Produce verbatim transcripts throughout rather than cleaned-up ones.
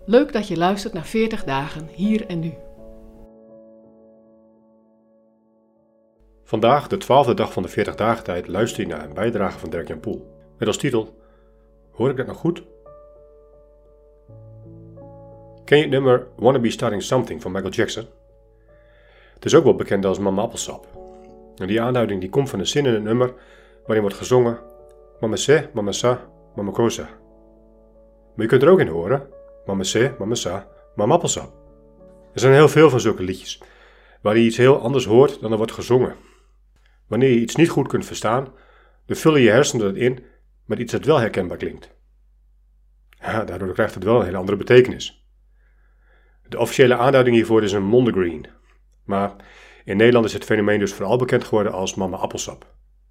Leuk dat je luistert naar veertig dagen hier en nu. Vandaag, de twaalfde dag van de veertig dagen tijd, luister je naar een bijdrage van Dirk-Jan Poel. Met als titel: Hoor ik dat nog goed? Ken je het nummer Wanna Be Starting Something van Michael Jackson? Het is ook wel bekend als Mama Appelsap. En die aanduiding die komt van een zin in het nummer waarin wordt gezongen: Mama se, mama sa, mama cosa. Maar je kunt er ook in horen: Mama se, mama sa, mama appelsap. Er zijn heel veel van zulke liedjes, waar je iets heel anders hoort dan er wordt gezongen. Wanneer je iets niet goed kunt verstaan, dan vullen je hersenen dat in met iets dat wel herkenbaar klinkt. Ja, daardoor krijgt het wel een hele andere betekenis. De officiële aanduiding hiervoor is een mondegreen, maar in Nederland is het fenomeen dus vooral bekend geworden als mama appelsap.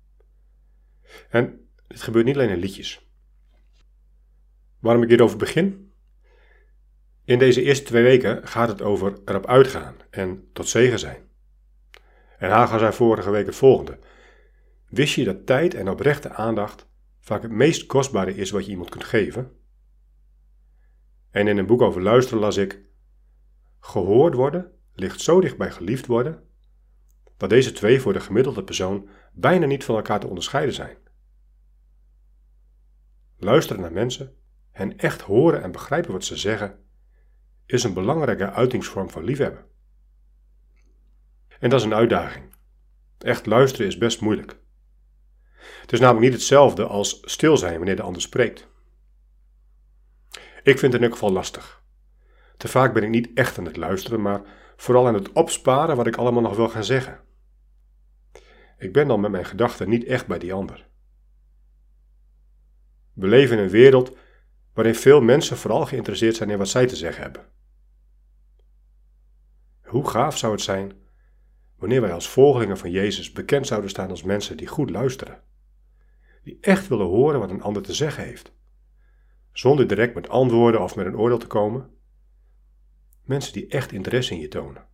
En dit gebeurt niet alleen in liedjes. Waarom ik hierover begin? In deze eerste twee weken gaat het over erop uitgaan en tot zegen zijn. En Hagar zei vorige week het volgende: wist je dat tijd en oprechte aandacht vaak het meest kostbare is wat je iemand kunt geven? En in een boek over luisteren las ik: gehoord worden ligt zo dicht bij geliefd worden, dat deze twee voor de gemiddelde persoon bijna niet van elkaar te onderscheiden zijn. Luisteren naar mensen, hen echt horen en begrijpen wat ze zeggen, is een belangrijke uitingsvorm van liefhebben. En dat is een uitdaging. Echt luisteren is best moeilijk. Het is namelijk niet hetzelfde als stil zijn wanneer de ander spreekt. Ik vind het in ieder geval lastig. Te vaak ben ik niet echt aan het luisteren, maar vooral aan het opsparen wat ik allemaal nog wil gaan zeggen. Ik ben dan met mijn gedachten niet echt bij die ander. We leven in een wereld waarin veel mensen vooral geïnteresseerd zijn in wat zij te zeggen hebben. Hoe gaaf zou het zijn wanneer wij als volgelingen van Jezus bekend zouden staan als mensen die goed luisteren, die echt willen horen wat een ander te zeggen heeft, zonder direct met antwoorden of met een oordeel te komen. Mensen die echt interesse in je tonen.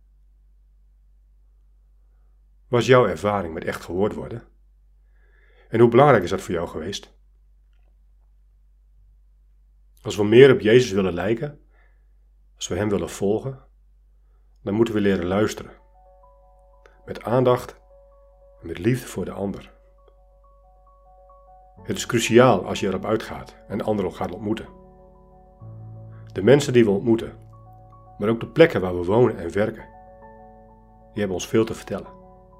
Wat is jouw ervaring met echt gehoord worden? En hoe belangrijk is dat voor jou geweest? Als we meer op Jezus willen lijken, als we Hem willen volgen, dan moeten we leren luisteren. Met aandacht en met liefde voor de ander. Het is cruciaal als je erop uitgaat en anderen ook gaat ontmoeten. De mensen die we ontmoeten, maar ook de plekken waar we wonen en werken, die hebben ons veel te vertellen.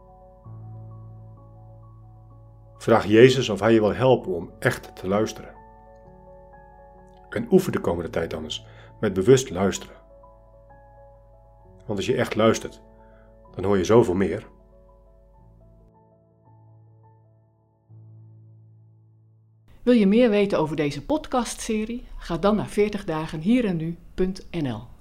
Vraag Jezus of Hij je wil helpen om echt te luisteren. En oefen de komende tijd dan eens met bewust luisteren. Want als je echt luistert, dan hoor je zoveel meer. Wil je meer weten over deze podcastserie? Ga dan naar veertig dagen hier en nu punt n l.